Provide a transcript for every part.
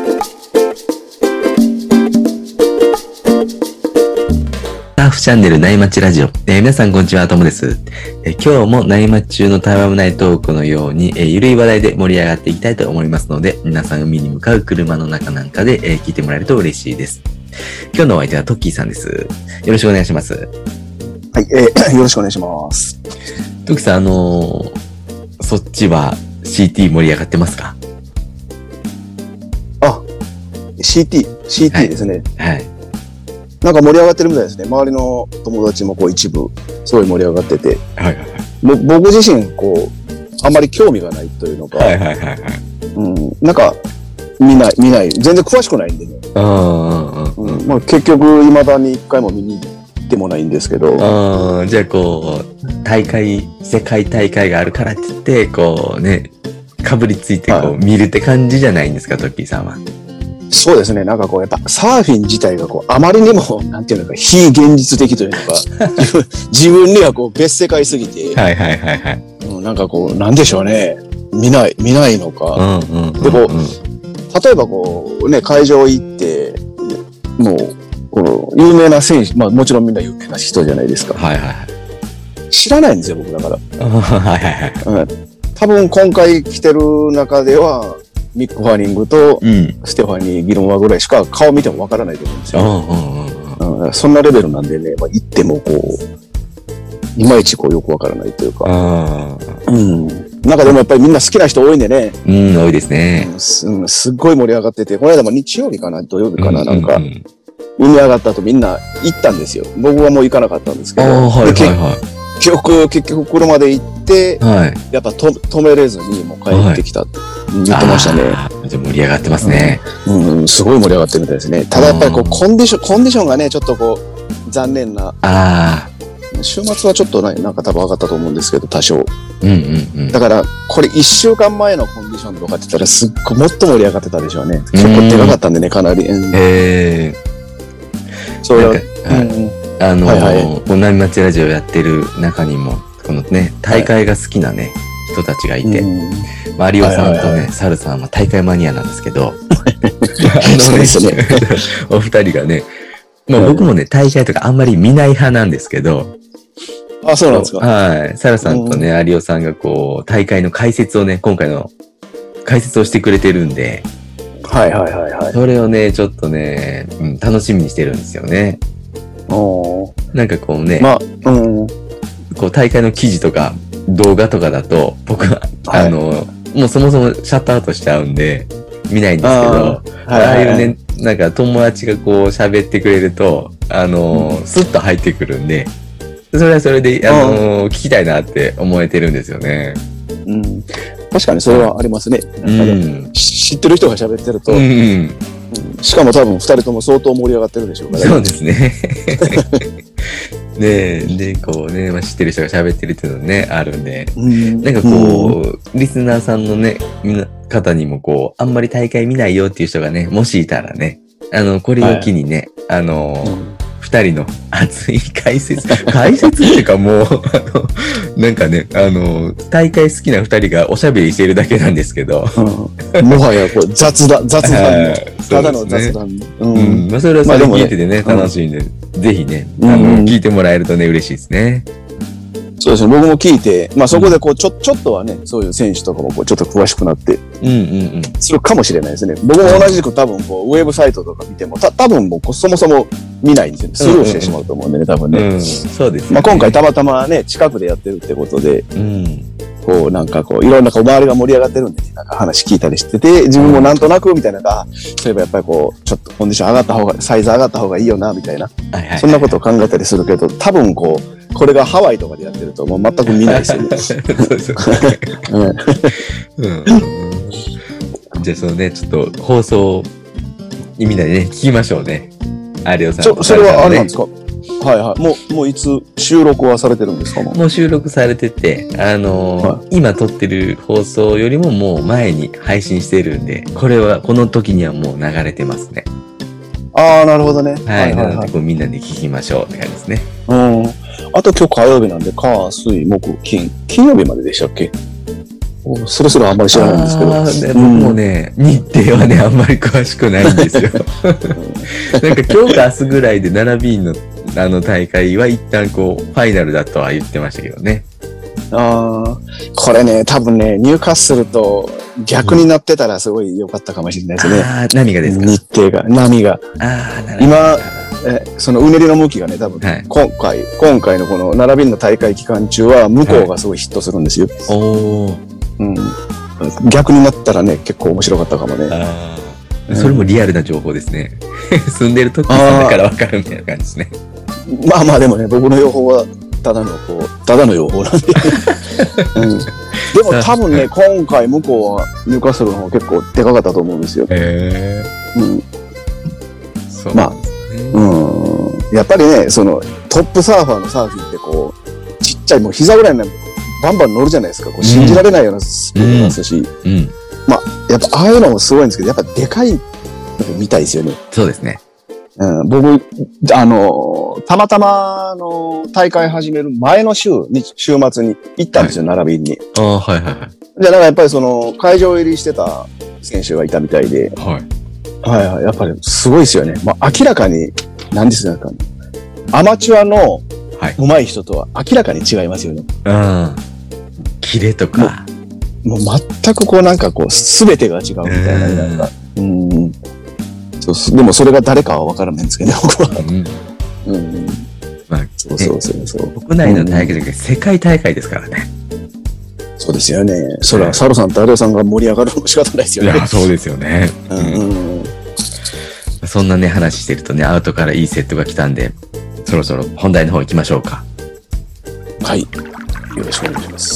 ハーフチャンネル内町ラジオ。皆さんこんにちは、ともです。今日も内町中の台湾内トークのように、ゆるい話題で盛り上がっていきたいと思いますので、皆さん海に向かう車の中なんかで、聞いてもらえると嬉しいです。今日のお相手はトッキーさんです。よろしくお願いします。 はい、よろしくお願いします。 トッキーさん、そっちは CT 盛り上がってますか？ あ、CT ですね。 はい。 なんか盛り上がってるみたいですね。周りの友達もこう一部、すごい盛り上がってて。 はいはいはい。 僕自身、こう、あんまり興味がないというのか。 はいはいはいはい。 なんか、見ない。全然詳しくないんでね。まあ結局、未だに一回も見に行ってもないんですけど。 じゃあこう、世界大会があるからって言って、こうね、かぶりついてこう、見るって感じじゃないんですか、トッキーさんは。 そうですね。なんかこう、やっぱサーフィン自体がこう、あまりにも、なんていうのか、非現実的というのか、自分にはこう、別世界すぎて、なんかこう、なんでしょうね。見ないのか。で、こう、例えばこう、ね、会場行って、もう、この、有名な選手、まあもちろんみんな有名な人じゃないですか。知らないんですよ、僕だから。多分今回来てる中では、ミック・ファーニングとステファニー・ギルモアぐらいしか顔見てもわからないと思うんですよ。そんなレベルなんでね、まあ、行ってもこう、いまいちこうよくわからないというか。なんかでもやっぱりみんな好きな人多いんでね。 多いですね。 すっごい盛り上がってて、この間も日曜日かな、土曜日かな、なんか、海上がった後みんな行ったんですよ。僕はもう行かなかったんですけど。結局車で行って、やっぱ止めれずにもう帰ってきたって言ってましたね。 じゃあ盛り上がってますね。 すごい盛り上がってるみたいですね。ただやっぱりこうコンディションがね、ちょっとこう、残念な。週末はちょっとなんか多分上がったと思うんですけど、多少。だから、これ1週間前のコンディションとかって言ったらすっごいもっと盛り上がってたでしょうね。結構でかかったんでね、かなり。 そうだ。この内町ラジオやってる中にも、このね、大会が好きなね、人たちがいて、マリオさんとね、サルさんは大会マニアなんですけど、お二人がね、まあ僕もね、大会とかあんまり見ない派なんですけど、 そうなんですか。 はい。サルさんとね、アリオさんがこう、大会の解説をね、今回の解説をしてくれてるんで、それをね、ちょっとね、楽しみにしてるんですよね。なんかこうね、こう大会の記事とか動画とかだと、僕は、もうそもそもシャットアウトしちゃうんで、見ないんですけど、ああいうね、なんか友達がこう喋ってくれると、スッと入ってくるんで、それはそれで、聞きたいなって思えてるんですよね。 確かにそれはありますね。知ってる人が喋ってると、しかも多分二人とも相当盛り上がってるでしょうからね。 そうですね。で、こうね、まあ、知ってる人が喋ってるっていうのね、あるんで、なんかこう、リスナーさんのね、方にもこう、あんまり大会見ないよっていう人がね、もしいたらね、これを機にね、二人の熱い解説っていうかもう、なんかね、大会好きな二人がおしゃべりしているだけなんですけど。 もはやこれ雑談ただの雑談。 まあそれはそれ聞いててね、楽しいんで、ぜひね、聞いてもらえるとね、嬉しいですね。 そうですね、僕も聞いて、まあそこでこう、ちょっとはね、そういう選手とかもこう、ちょっと詳しくなって、するかもしれないですね。僕も同じく多分こう、ウェブサイトとか見ても、多分もうそもそも見ないんですよね。スルーしてしまうと思うんでね、多分ね。 そうですね。 まあ今回たまたまね、近くでやってるってことで、こうなんかこう、いろんなこう周りが盛り上がってるんで、なんか話聞いたりしてて、自分もなんとなくみたいなのが、そういえばやっぱりこう、ちょっとコンディション上がった方が、サイズ上がった方がいいよな、みたいな。そんなことを考えたりするけど、多分こう、これがハワイとかでやってるともう全く見ないですよね。そうですよね。じゃあそのね、ちょっと放送みんなでね、聞きましょうね。有吉さん。 それはあれなんですか？もういつ収録はされてるんですか？ もう収録されてて、今撮ってる放送よりももう前に配信してるんで、この時にはもう流れてますね。 なるほどね。 なのでこうみんなで聞きましょうって感じですね。 あと今日火曜日なんで、火、水、木、金曜日まででしたっけ？ そろそろあんまり知らないんですけど。 僕もね、日程はね、あんまり詳しくないんですよ。なんか今日か明日ぐらいで7Bの大会は一旦こう、ファイナルだとは言ってましたけどね。 これね、多分ね、入荷すると逆になってたらすごい良かったかもしれないですね。 波がですか？ 日程が、波が。今、そのうねりの向きがね、多分、今回のこの並びの大会期間中は向こうがすごいヒットするんですよ。逆になったらね、結構面白かったかもね。 それもリアルな情報ですね。住んでる時だから分かるみたいな感じですね。 まあまあでもね、僕の予報はただの予報なんで。でも多分ね、今回向こうはニューカッスルの方結構でかかったと思うんですよ。まあ、やっぱりね、そのトップサーファーのサーフィンってこう、ちっちゃいもう膝ぐらいのバンバン乗るじゃないですか。こう信じられないようなスピードですし。まあ、やっぱああいうのもすごいんですけど、やっぱでかいみたいですよね。 そうですね。 僕、たまたま大会始める前の週末に行ったんですよ、並びに。じゃあなんかやっぱりその会場入りしてた選手がいたみたいで。やっぱりすごいですよね。まあ明らかに、何ですか、アマチュアの上手い人とは明らかに違いますよね。 キレとか。 もう全くこうなんかこう、すべてが違うみたいな、なんか。でもそれが誰かは分からないんですけどね、僕は。そう。 国内の大会じゃなくて世界大会ですからね。 そうですよね。それはサロさんとアレオさんが盛り上がるのも仕方ないですよね。 いや、そうですよね。そんなね、話してるとね、アウトからいいセットが来たんで、そろそろ本題の方行きましょうか。 はい。よろしくお願いします。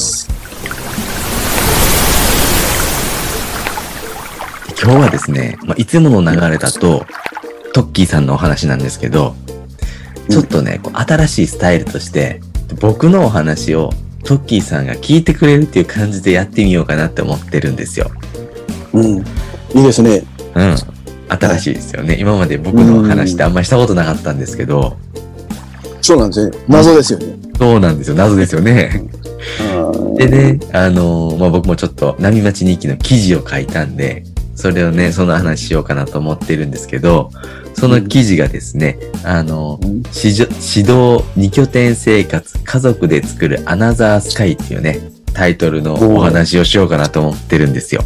今日はですね、いつもの流れだと、トッキーさんのお話なんですけど、ちょっとね、新しいスタイルとして、僕のお話をトッキーさんが聞いてくれるっていう感じでやってみようかなって思ってるんですよ。 いいですね。 新しいですよね。今まで僕の話ってあんまりしたことなかったんですけど。 そうなんですね。謎ですよね。 そうなんですよ。謎ですよね。でね、僕もちょっと波町日記の記事を書いたんで、それをね、その話しようかなと思ってるんですけど、その記事がですね、指導2拠点生活、家族で作るアナザースカイっていうね、タイトルのお話をしようかなと思ってるんですよ。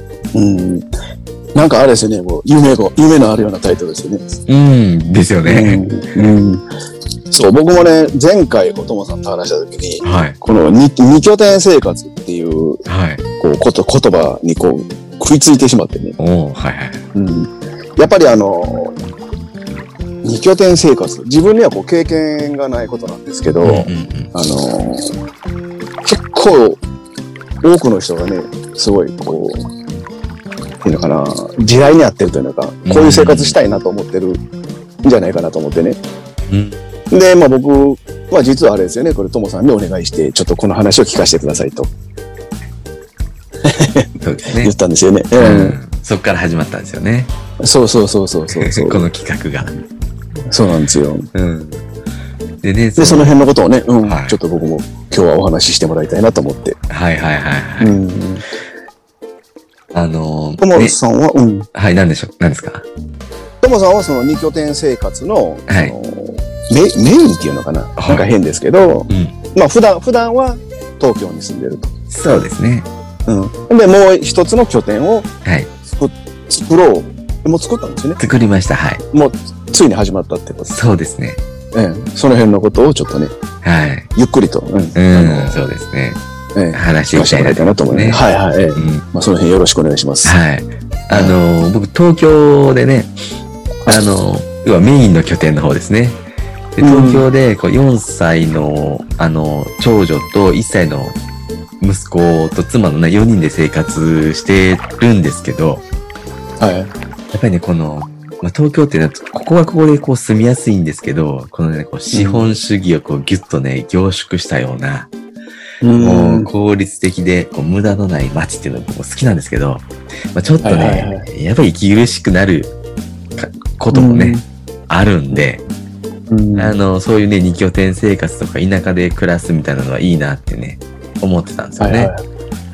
なんかあれですよね、もう夢のあるようなタイトルですよね。 ですよね。 そう、僕もね、前回おともさんと話した時に、この2拠点生活っていう、こう言葉にこう、食いついてしまってね。やっぱり2拠点生活、自分にはこう経験がないことなんですけど、結構多くの人がね、すごいこう、っていうのかな、時代に合ってるというのか、こういう生活したいなと思ってるんじゃないかなと思ってね。で、まあ僕は実はあれですよね、これともさんにお願いして、ちょっとこの話を聞かせてくださいと。 そうですね。 言ったんですよね。 そっから始まったんですよね。 そう。この企画が。 そうなんですよ。 でね、 その辺のことをね、ちょっと僕も今日はお話ししてもらいたいなと思って。ともさんは、 何でしょう、何ですか？ ともさんはその2拠点生活の、メインっていうのかな、なんか変ですけど、まあ普段は東京に住んでると。 そうですね。 で、もう一つの拠点を作ろう。もう作ったんですよね。 作りました。 もうついに始まったってこと。 そうですね。 その辺のことをちょっとね、ゆっくりと、 そうですね。話をしたいなと思います。 まあその辺よろしくお願いします。 僕東京でね、要はメインの拠点の方ですね。で東京でこう4歳の長女と1歳の息子と妻のね4人で生活してるんですけど、やっぱりね東京っていうのはここはここでこう住みやすいんですけど、このねこう資本主義をこうギュッとね凝縮したような、もう効率的でこう無駄のない街っていうのが僕も好きなんですけど、ちょっとね、やっぱり息苦しくなることもね、あるんで、そういうね2拠点生活とか田舎で暮らすみたいなのはいいなってね思ってたんですよね。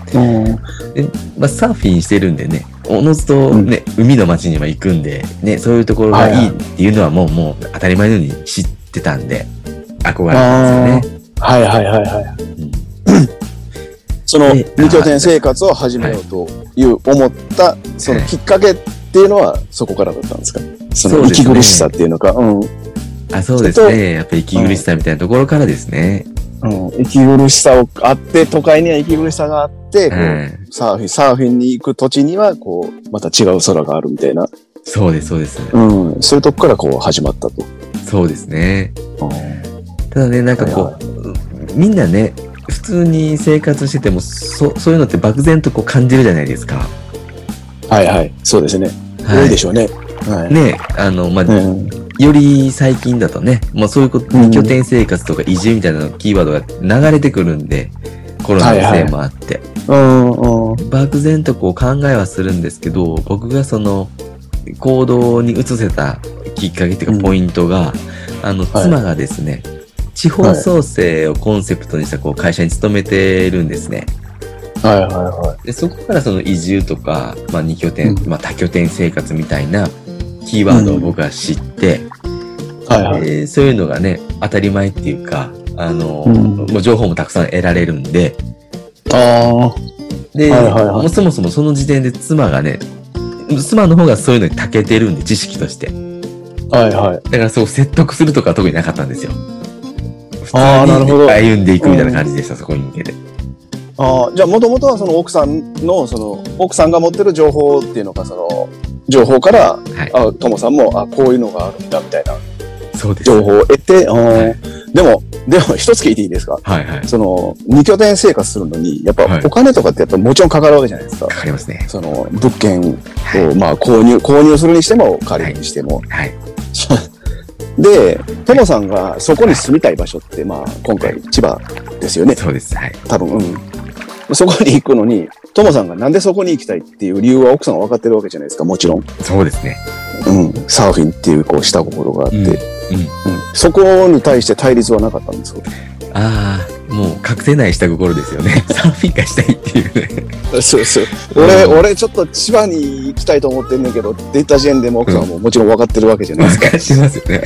で、サーフィンしてるんでね、おのずとね、海の街には行くんで、ね、そういうところがいいっていうのはもう当たり前のように知ってたんで、憧れたんですよね。はいはいはいはい。 その2拠点生活を始めようという思ったそのきっかけっていうのはそこからだったんですか？その息苦しさっていうのか。 そうですね。やっぱり息苦しさみたいなところからですね。 息苦しさあって、都会には息苦しさがあって、サーフィンに行く土地には、また違う空があるみたいな。 そうです、そうです。 そういうとこから始まったと。 そうですね。ただね、なんかみんなね、普通に生活してても、そういうのって漠然と感じるじゃないですか。 はいはい。そうですね。多いでしょうね。 ね、より最近だとね、もうそういう2拠点生活とか移住みたいなキーワードが流れてくるんで、コロナのせいもあって。漠然と考えはするんですけど、僕がその行動に移せたきっかけっていうかポイントが、妻がですね、地方創生をコンセプトにした会社に勤めてるんですね。でそこからその移住とか、2拠点、多拠点生活みたいなキーワードを僕は知って、そういうのがね、当たり前っていうか、もう情報もたくさん得られるんで、で、もうそもそもその時点で妻の方がそういうのに長けてるんで、知識として。だからそう説得するとかは特になかったんですよ。普通に歩んでいくみたいな感じでした、そこに向けて。 じゃあもともとはその奥さんが持ってる情報っていうのが、その情報から、トモさんもこういうのがあるんだみたいな情報を得て、でも一つ聞いていいですか？その2拠点生活するのにやっぱお金とかってやっぱもちろんかかるわけじゃないですか。 かかりますね。 その物件を購入するにしても借りるにしても。で、トモさんがそこに住みたい場所って、今回千葉ですよね。 そうです。 多分、そこに行くのに、トモさんがなんでそこに行きたいっていう理由は奥さんは分かってるわけじゃないですか、もちろん。 そうですね。 サーフィンっていう下心があって、そこに対して対立はなかったんですか？ もう隠せない下心ですよね。サーフィンがしたいっていうね。 そう。俺ちょっと千葉に行きたいと思ってんねんけどって言った時点でも奥さんももちろん分かってるわけじゃないですか。 分かってますよね。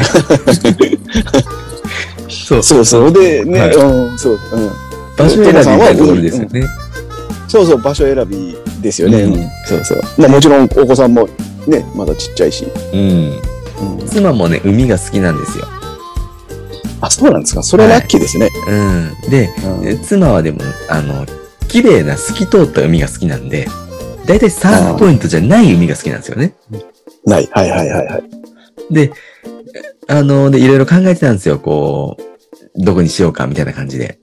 そう。で、ね、 場所選びみたいなところですよね。 そう、場所選びですよね。もちろんお子さんもね、まだちっちゃいし。 妻もね、海が好きなんですよ。 そうなんですか。それはラッキーですね。 で、妻はでも、綺麗な透き通った海が好きなんで、だいたいサーフポイントじゃない海が好きなんですよね。 ない。 で、いろいろ考えてたんですよ。どこにしようかみたいな感じで。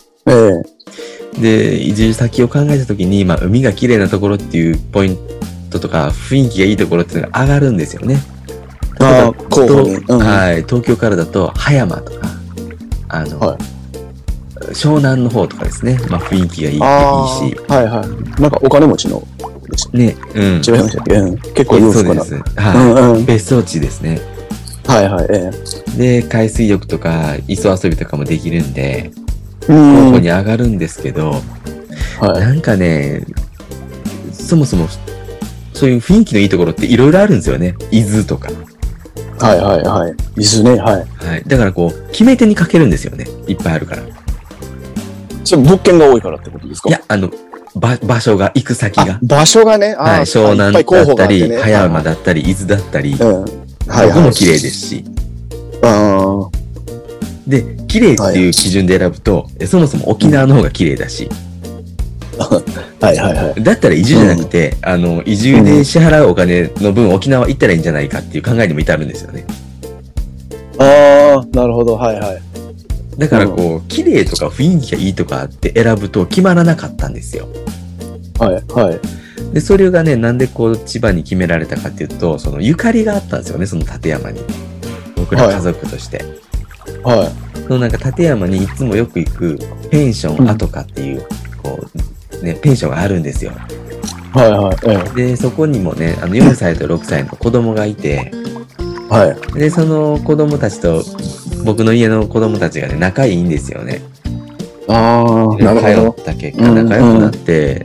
で、移住先を考えたときに、海が綺麗なところっていうポイントとか、雰囲気がいいところっていうのが上がるんですよね。東京からだと葉山とか、湘南の方とかですね。雰囲気がいいし。 なんかお金持ちのですね。 違いましたっけ？結構裕福な。 別荘地ですね。で、海水浴とか磯遊びとかもできるんで、候補に上がるんですけど、なんかね、そもそもそういう雰囲気のいいところっていろいろあるんですよね。伊豆とか。伊豆ね。だから決め手にかけるんですよね。いっぱいあるから。 それ物件が多いからってことですか？ いや、場所が、行く先が。 場所がね。 湘南だったり、葉山だったり、伊豆だったり、どこも綺麗ですし。で、綺麗っていう基準で選ぶと、そもそも沖縄の方が綺麗だし。だったら移住じゃなくて、移住で支払うお金の分沖縄行ったらいいんじゃないかっていう考えにも至るんですよね。 なるほど。 だから綺麗とか雰囲気がいいとかって選ぶと決まらなかったんですよ。で、それがね、なんで千葉に決められたかっていうと、そのゆかりがあったんですよね、その立山に。僕ら家族として。そのなんか立山にいつもよく行くペンションアトカっていう、ペンションがあるんですよ。で、そこにもね、4歳と6歳の子供がいて、で、その子供たちと、僕の家の子供たちがね、仲いいんですよね。 なるほど。 通った結果仲良くなって、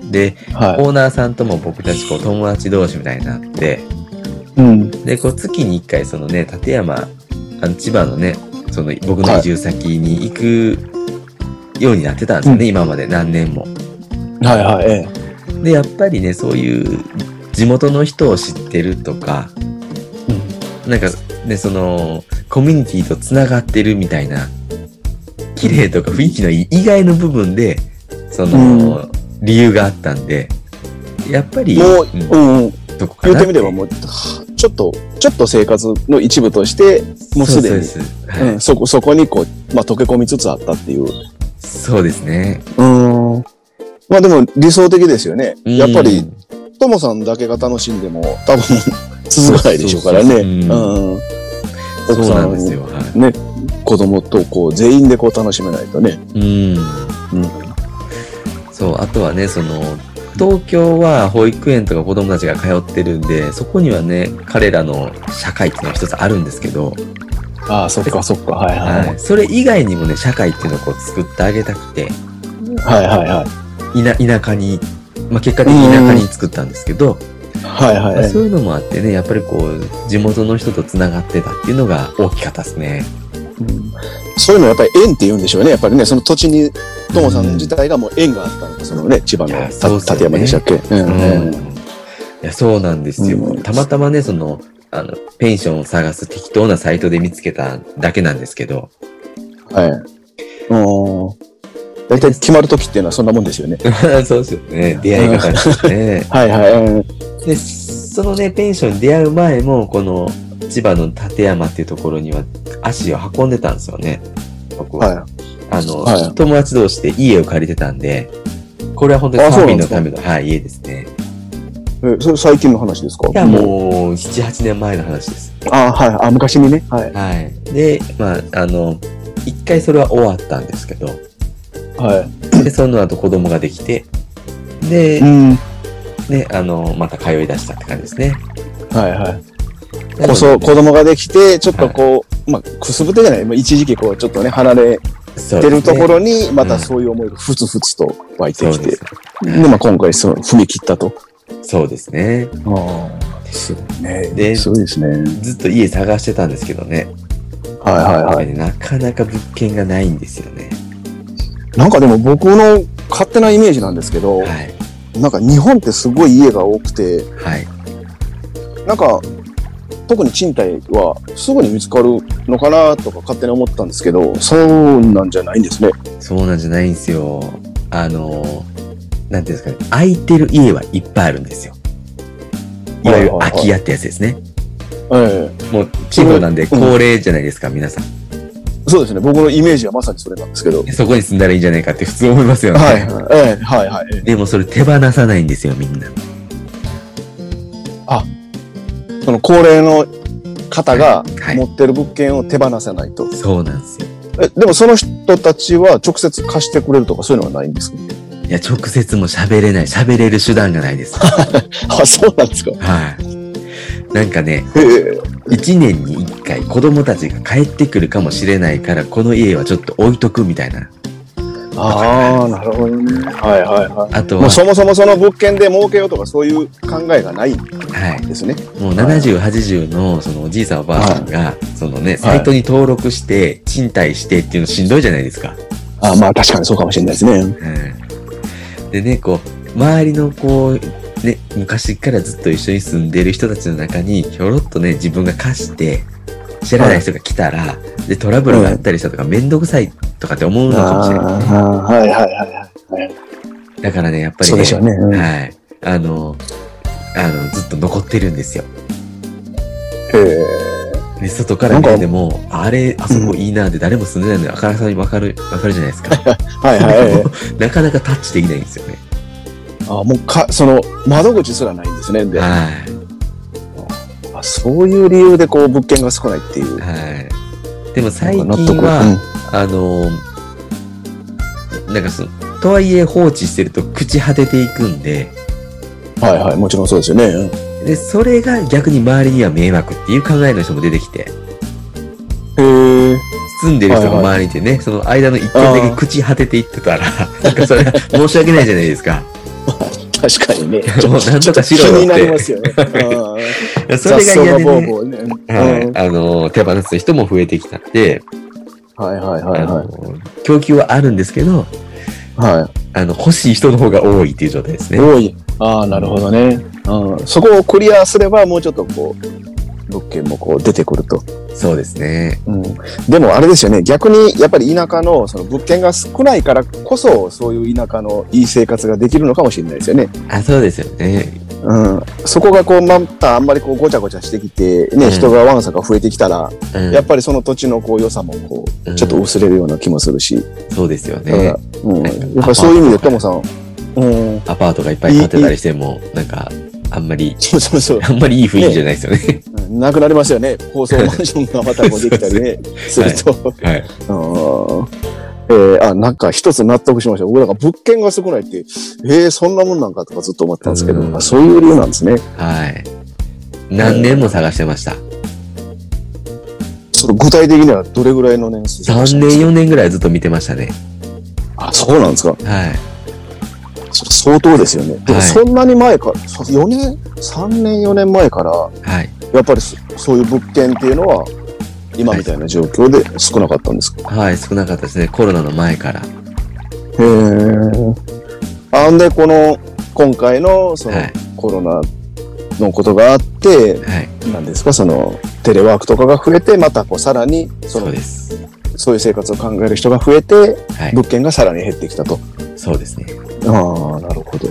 で、オーナーさんとも僕たちこう友達同士みたいになって、で、こう月に1回そのね、立山、千葉のね、その僕の移住先に行くようになってたんですよね、今まで何年も。で、やっぱりね、そういう地元の人を知ってるとか、なんかね、その、コミュニティとつながってるみたいな、綺麗とか雰囲気のいい以外の部分で、その、理由があったんで、やっぱり、 どこかなって。言ってみればもう、ちょっと生活の一部として、もうすでに、そこにこう、溶け込みつつあったっていう。 そうですね。 まあでも理想的ですよね。やっぱり、ともさんだけが楽しんでも、多分、続かないでしょうからね。 そうなんですよ。 ね、子供とこう全員でこう楽しめないとね。 そう、あとはね、その、東京は保育園とか子供たちが通ってるんで、そこにはね、彼らの社会っていうのが一つあるんですけど。 そっか。 それ以外にもね、社会っていうのをこう作ってあげたくて。田舎に、結果的に田舎に作ったんですけど、そういうのもあってね、やっぱりこう、地元の人と繋がってたっていうのが大きかったですね。 そういうのはやっぱり縁って言うんでしょうね。やっぱりね、その土地に、ともさん自体がもう縁があったので、そのね、千葉の館山でしたっけ。いや、そうなんですよ。たまたまね、その、ペンションを探す適当なサイトで見つけただけなんですけど。 大体決まるときっていうのはそんなもんですよね。 そうですよね。出会い方ですね。で、そのね、ペンションに出会う前も、この千葉の館山っていうところには足を運んでたんですよね。僕は。友達同士で家を借りてたんで、これは本当にサーフィンのための、家ですね。 それ最近の話ですか？ いや、もう、7、8年前の話です。 昔にね。 で、一回それは終わったんですけど、で、その後子供ができて、で、また通い出したって感じですね。 子供ができて、ちょっとこう、くすぶってじゃない、一時期こう、ちょっとね、離れてるところに、またそういう思いがふつふつと湧いてきて、で、今回踏み切ったと。 そうですね。 で、そうですね。 ずっと家探してたんですけどね。なかなか物件がないんですよね。 なんかでも僕の勝手なイメージなんですけど、なんか日本ってすごい家が多くて、なんか特に賃貸はすぐに見つかるのかなとか勝手に思ったんですけど、そうなんじゃないんですね。 そうなんじゃないんですよ。なんていうんですかね、空いてる家はいっぱいあるんですよ。いわゆる空き家ってやつですね。もう地方なんで高齢じゃないですか、皆さん。 そうですね。僕のイメージはまさにそれなんですけど。 そこに住んだらいいんじゃないかって普通思いますよね。でもそれ手放さないんですよ、みんな。 その高齢の方が持ってる物件を手放さないと。 そうなんですよ。 でもその人たちは直接貸してくれるとかそういうのはないんですか？ いや、直接も喋れる手段がないです。 そうなんですか？ なんかね、1年に1回子供たちが帰ってくるかもしれないから、この家はちょっと置いとくみたいな。 なるほどね。 あとは、 もうそもそもその物件で儲けようとかそういう考えがないですね。 もう70、80のそのおじいさんおばあさんが、そのね、サイトに登録して、賃貸してっていうのしんどいじゃないですか。 確かにそうかもしれないですね。 でね、こう、周りのこう、ね、昔からずっと一緒に住んでる人たちの中に、ひょろっとね、自分が貸して、知らない人が来たら、で、トラブルがあったりしたとか、めんどくさいとかって思うのかもしれない。だからね、やっぱりね、ずっと残ってるんですよ。で、外から見ても、あそこいいなって誰も住んでないので、あからさまにわかるじゃないですか。なかなかタッチできないんですよね。 もうその窓口すらないんですね。そういう理由でこう物件が少ないっていう。 でも最近は、なんかとはいえ放置してると朽ち果てていくんで。 もちろんそうですよね。 で、それが逆に周りには迷惑っていう考えの人も出てきて。 包んでる人が周りにいてね、その間の一点だけ朽ち果てていってたら、なんかそれ申し訳ないじゃないですか。 確かにね。 もうなんとかしろよって。 気になりますよね。 それが嫌でね。はい。手放す人も増えてきたんで、供給はあるんですけど、はい。欲しい人の方が多いっていう状態ですね。 多い。ああ、なるほどね。そこをクリアすれば、もうちょっとこう、物件もこう出てくると。 そうですね。 でもあれですよね。逆にやっぱり田舎のその物件が少ないからこそ、そういう田舎のいい生活ができるのかもしれないですよね。 そうですよね。 そこがこうまたあんまりこうごちゃごちゃしてきてね、人がわんさか増えてきたら、やっぱりその土地のこう良さもこうちょっと薄れるような気もするし。 そうですよね。 やっぱりそういう意味でトモさん、 アパートがいっぱい建てたりしてもなんかあんまりあんまりいい雰囲気じゃないですよね。 なくなりますよね。高層マンションがまたこうできたりねすると。なんか一つ納得しました。僕なんか物件が少ないって、そんなもんなんかとかずっと思ってたんですけど、そういう理由なんですね。 はい。何年も探してました。 その具体的にはどれぐらいの年数探してました？ 3 年4年ぐらいずっと見てましたね。 そうなんですか。 はい。 それ相当ですよね。でもそんなに前から、3年4年前から、やっぱりそういう物件っていうのは、今みたいな状況で少なかったんですか？ はい、少なかったですね。コロナの前から。 で、今回の、コロナのことがあって、何ですか、テレワークとかが増えて、またさらに、 そうです。 そういう生活を考える人が増えて、物件がさらに減ってきたと。 そうですね。 なるほど。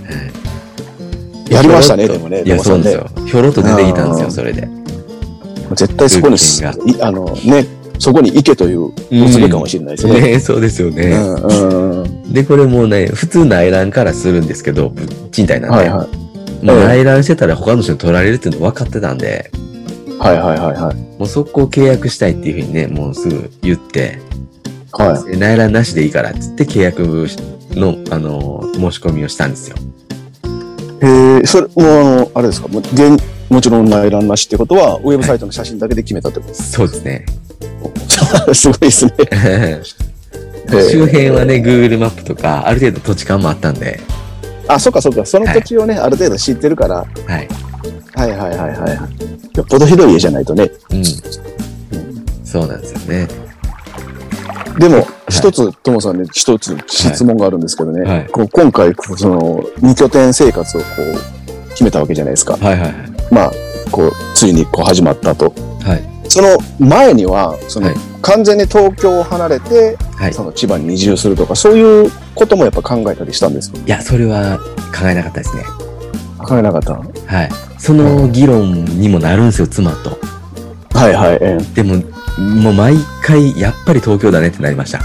やりましたね、でもね。 いや、そうですよ。ひょろっと出てきたんですよ、それで。 絶対そこに、そこに行けというお告げかもしれないですね。 そうですよね。で、これもうね、普通内覧からするんですけど、賃貸なんで。もう内覧してたら他の人に取られるっていうの分かってたんで、もうそこを契約したいっていうふうにね、もうすぐ言って、内覧なしでいいからっつって契約の、申し込みをしたんですよ。 それ、もうあれですか、もちろん内覧なしってことは、ウェブサイトの写真だけで決めたってことですか？ そうですね。 すごいですね。 周辺はね、Google マップとか、ある程度土地勘もあったんで。 そっか。その土地をね、ある程度知ってるから。はい。よっぽどひどい家じゃないとね。 そうなんですよね。 でも、一つ、トモさんに一つ質問があるんですけどね。今回、2拠点生活を決めたわけじゃないですか。ついに始まったと。その前には、完全に東京を離れて、千葉に移住するとか、そういうこともやっぱ考えたりしたんですか？ いや、それは考えなかったですね。 考えなかった。 はい。その議論にもなるんですよ、妻と。でも、もう毎回、やっぱり東京だねってなりました。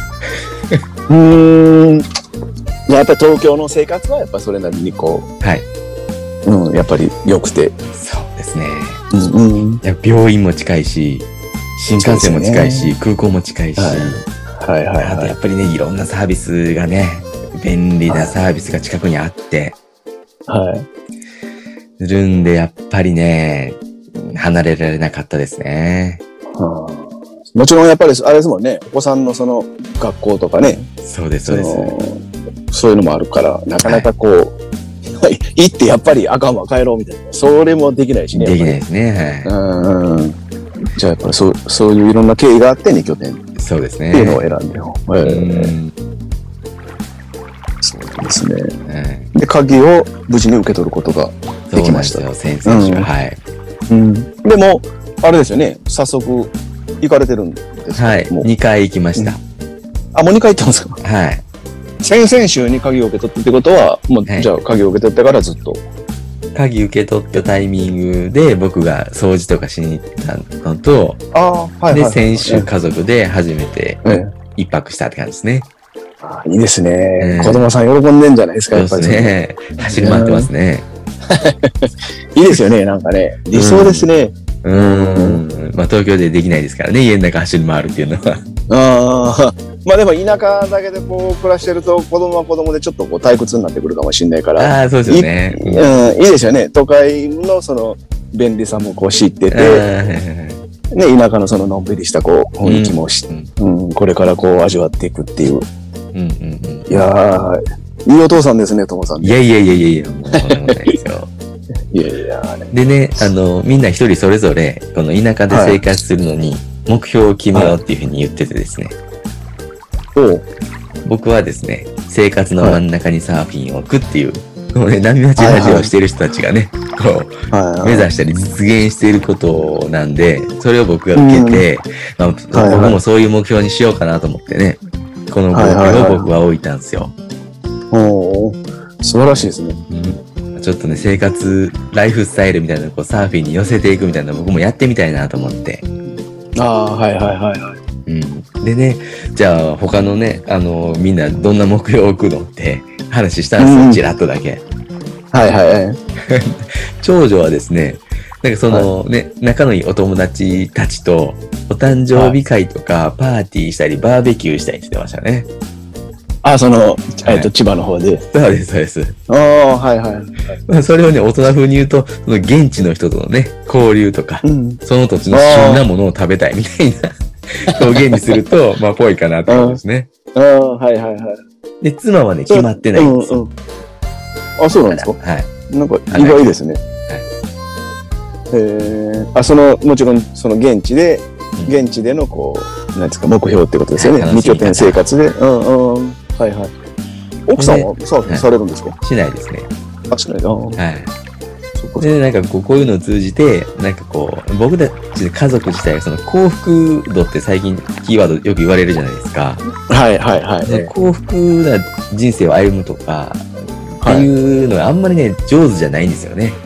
やっぱり東京の生活はやっぱそれなりにやっぱり良くて。 そうですね。病院も近いし、新幹線も近いし、空港も近いし、あとやっぱりね、いろんなサービスがね、便利なサービスが近くにあって、するんで、やっぱりね、離れられなかったですね。 もちろんやっぱりあれですもんね、お子さんの学校とかね。 そうです、そうです。 そういうのもあるから、なかなか行ってやっぱりあかんわ帰ろうみたいな。それもできないしね。 できないですね。 じゃあやっぱりそういういろんな経緯があって2拠点。 そうですね。 っていうのを選んでよ。そうですね。で、鍵を無事に受け取ることができました。 そうなんですよ、先々週。はい。 でも、あれですよね。早速行かれてるんですか？ はい。2回行きました。 もう2回行ったんですか？ はい。 先々週に鍵を受け取ってってことは、じゃあ鍵を受け取ってからずっと。 鍵受け取ったタイミングで僕が掃除とかしに行ったのと、で、先週家族で初めて一泊したって感じですね。 いいですね。子供さん喜んでんじゃないですか、やっぱり。 そうですね。走り回ってますね。 いいですよね、なんかね。理想ですね。 東京でできないですからね、家の中走り回るっていうのは。 でも田舎だけで暮らしてると子供は子供でちょっと退屈になってくるかもしれないから。 そうですよね。 いいですよね。都会の便利さも知ってて、 ね、田舎のそののんびりしたこう、雰囲気もこれからこう味わっていくっていう。いやー、いいお父さんですね、ともさん。 いや、もう、ないですよ。でね、みんな一人それぞれ、この田舎で生活するのに、目標を決めようっていうふうに言っててですね。僕はですね、生活の真ん中にサーフィンを置くっていう、これ、波町ラジオをしている人たちがね、こう、目指したり実現していることなんで、それを僕が受けて、僕もそういう目標にしようかなと思ってね、この目標を僕は置いたんですよ。 素晴らしいですね。 ちょっとね、生活、ライフスタイルみたいなこうサーフィンに寄せていくみたいな僕もやってみたいなと思って。でね、じゃあ他のね、みんなどんな目標を置くのって話したんですよ、ちらっとだけ。長女はですね、なんかそのね、仲のいいお友達たちとお誕生日会とかパーティーしたりバーベキューしたりしてましたね。 千葉の方で。 そうです。それをね、大人風に言うと、その現地の人とのね、交流とか、その土地の旬なものを食べたいみたいな表現にすると、まあ、ぽいかなと思うんですね。で、妻はね、決まってないんですよ。 そうなんですか？なんか意外ですね。もちろん、その現地でのこう、なんですか、目標ってことですよね。2拠点生活で。奥さんはサーフィンされるんですか？ しないですね。 しないな。 で、なんかこういうのを通じて、なんかこう、僕たち家族自体がその幸福度って最近キーワードよく言われるじゃないですか。幸福な人生を歩むとか、っていうのがあんまりね、上手じゃないんですよね。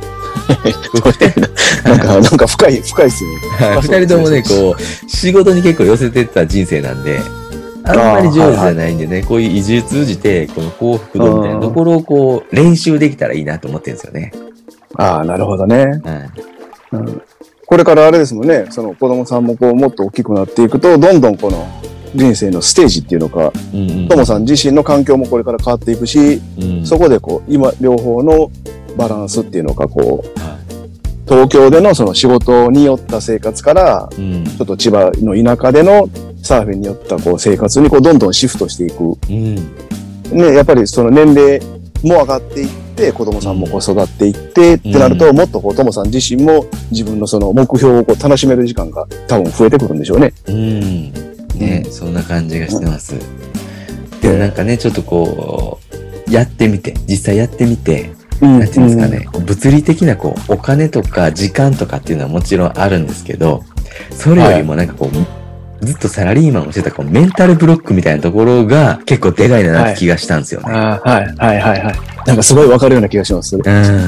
なんか深いっすよね。 二人ともね、こう、仕事に結構寄せてった人生なんで、あんまり上手じゃないんでね、こういう移住通じて、この幸福度みたいなところをこう、練習できたらいいなと思ってるんですよね。 なるほどね。これからあれですもんね、その子供さんもこう、もっと大きくなっていくと、どんどんこの人生のステージっていうのか、ともさん自身の環境もこれから変わっていくし、そこでこう、今、両方のバランスっていうのか、こう、東京でのその仕事によった生活から、ちょっと千葉の田舎でのサーフィンによったこう生活にこうどんどんシフトしていく。ね、やっぱりその年齢も上がっていって、子供さんもこう育っていってってなると、もっとこう、ともさん自身も自分のその目標をこう楽しめる時間が多分増えてくるんでしょうね。 ね、そんな感じがしてます。で、なんかね、ちょっとこう、やってみて、実際やってみて、なんていうんですかね、物理的なこう、お金とか時間とかっていうのはもちろんあるんですけど、それよりもなんかこう、ずっとサラリーマンをしてたこうメンタルブロックみたいなところが結構でかいなって気がしたんですよね。 なんかすごいわかるような気がします。い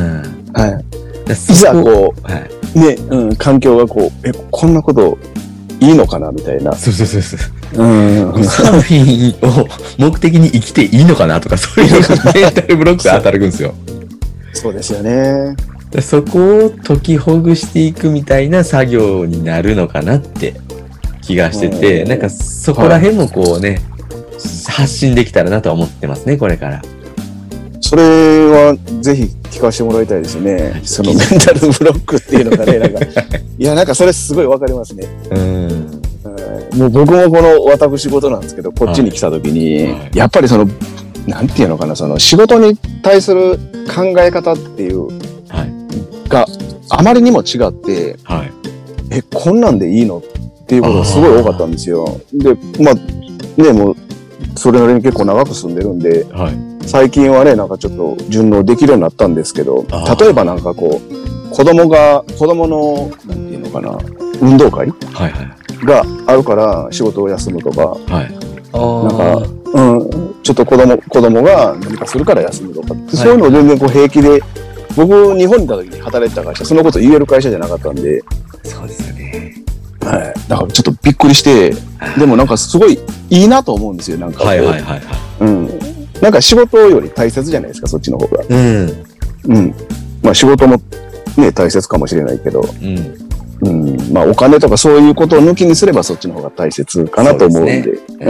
ざこう、ね、環境がこう、こんなこといいのかなみたいな。 サーフィンを目的に生きていいのかなとか、そういうのがメンタルブロックで働くんですよ。 そうですよね。 そこを解きほぐしていくみたいな作業になるのかなって気がしてて、なんかそこら辺もこうね、発信できたらなとは思ってますね、これから。 それはぜひ聞かせてもらいたいですね。そのメンタルブロックっていうのがね、なんか、いや、なんかそれすごいわかりますね。もう僕もこの私事なんですけど、こっちに来た時に、やっぱりその、なんていうのかな、その仕事に対する考え方っていう、があまりにも違って、こんなんでいいのっていうことがすごい多かったんですよ。で、まあ、ね、もう、それなりに結構長く住んでるんで、最近はね、なんかちょっと順応できるようになったんですけど、例えばなんかこう、子供の、なんていうのかな、運動会があるから仕事を休むとか、なんか、ちょっと子供が何かするから休むとか、そういうのを全然こう平気で、僕、日本にいた時に働いてた会社、そのこと言える会社じゃなかったんで。 そうですよね。 だからちょっとびっくりして、でもなんかすごいいいなと思うんですよ、なんか。なんか仕事より大切じゃないですか、そっちの方が。まあ仕事もね、大切かもしれないけど、まあお金とかそういうことを抜きにすればそっちの方が大切かなと思うんで。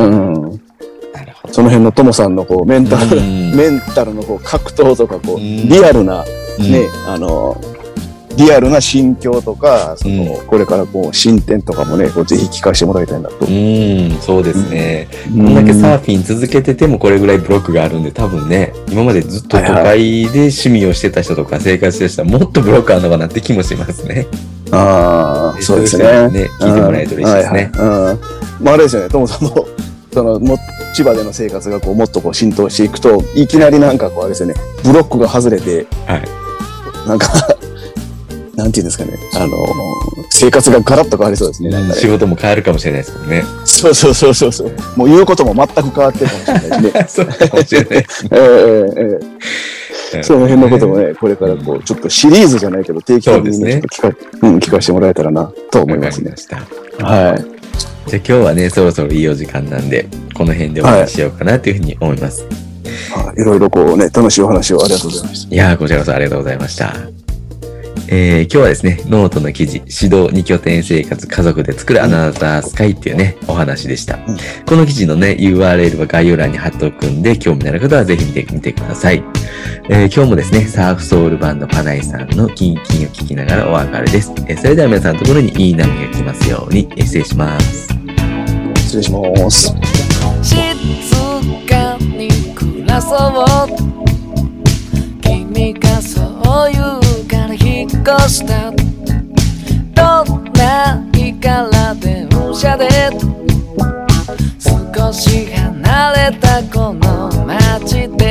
その辺のともさんのこうメンタルのこう格闘とかこう、リアルなね、 リアルな心境とか、これからこう進展とかもね、こうぜひ聞かせてもらいたいなと。 そうですね。こんだけサーフィン続けててもこれぐらいブロックがあるんで、多分ね、今までずっと都会で趣味をしてた人とか生活してた人はもっとブロックあるのかなって気もしますね。 そうですね。 聞いてもらえると嬉しいですね。 まああれですよね、トモさんも、千葉での生活がこうもっとこう浸透していくと、いきなりなんかこうあれですよね、ブロックが外れて、なんか、なんていうんですかね、生活がガラッと変わりそうですね。 仕事も変わるかもしれないですもんね。 そう。もう言うことも全く変わってるかもしれないですね。 そうかもしれないですね。 その辺のこともね、これからこう、ちょっとシリーズじゃないけど、定期的にね、ちょっと聞かせてもらえたらな、と思いますね。はい。 じゃあ今日はね、そろそろいいお時間なんで、この辺でお話ししようかなというふうに思います。 いろいろこうね、楽しいお話をありがとうございました。 いやー、こちらこそありがとうございました。今日はですね、ノートの記事、指導2拠点生活家族で作るアナザースカイっていうね、お話でした。この記事のね、URL は概要欄に貼っておくんで、興味のある方はぜひ見てみてください。今日もですね、サーフソウルバンドパナイさんのキンキンを聞きながらお別れです。それでは皆さんのところにいい波が来ますように、失礼します。 失礼します。 静かに暮らそう君がそう言うから引っ越したどんな日から電車で少し離れたこの街で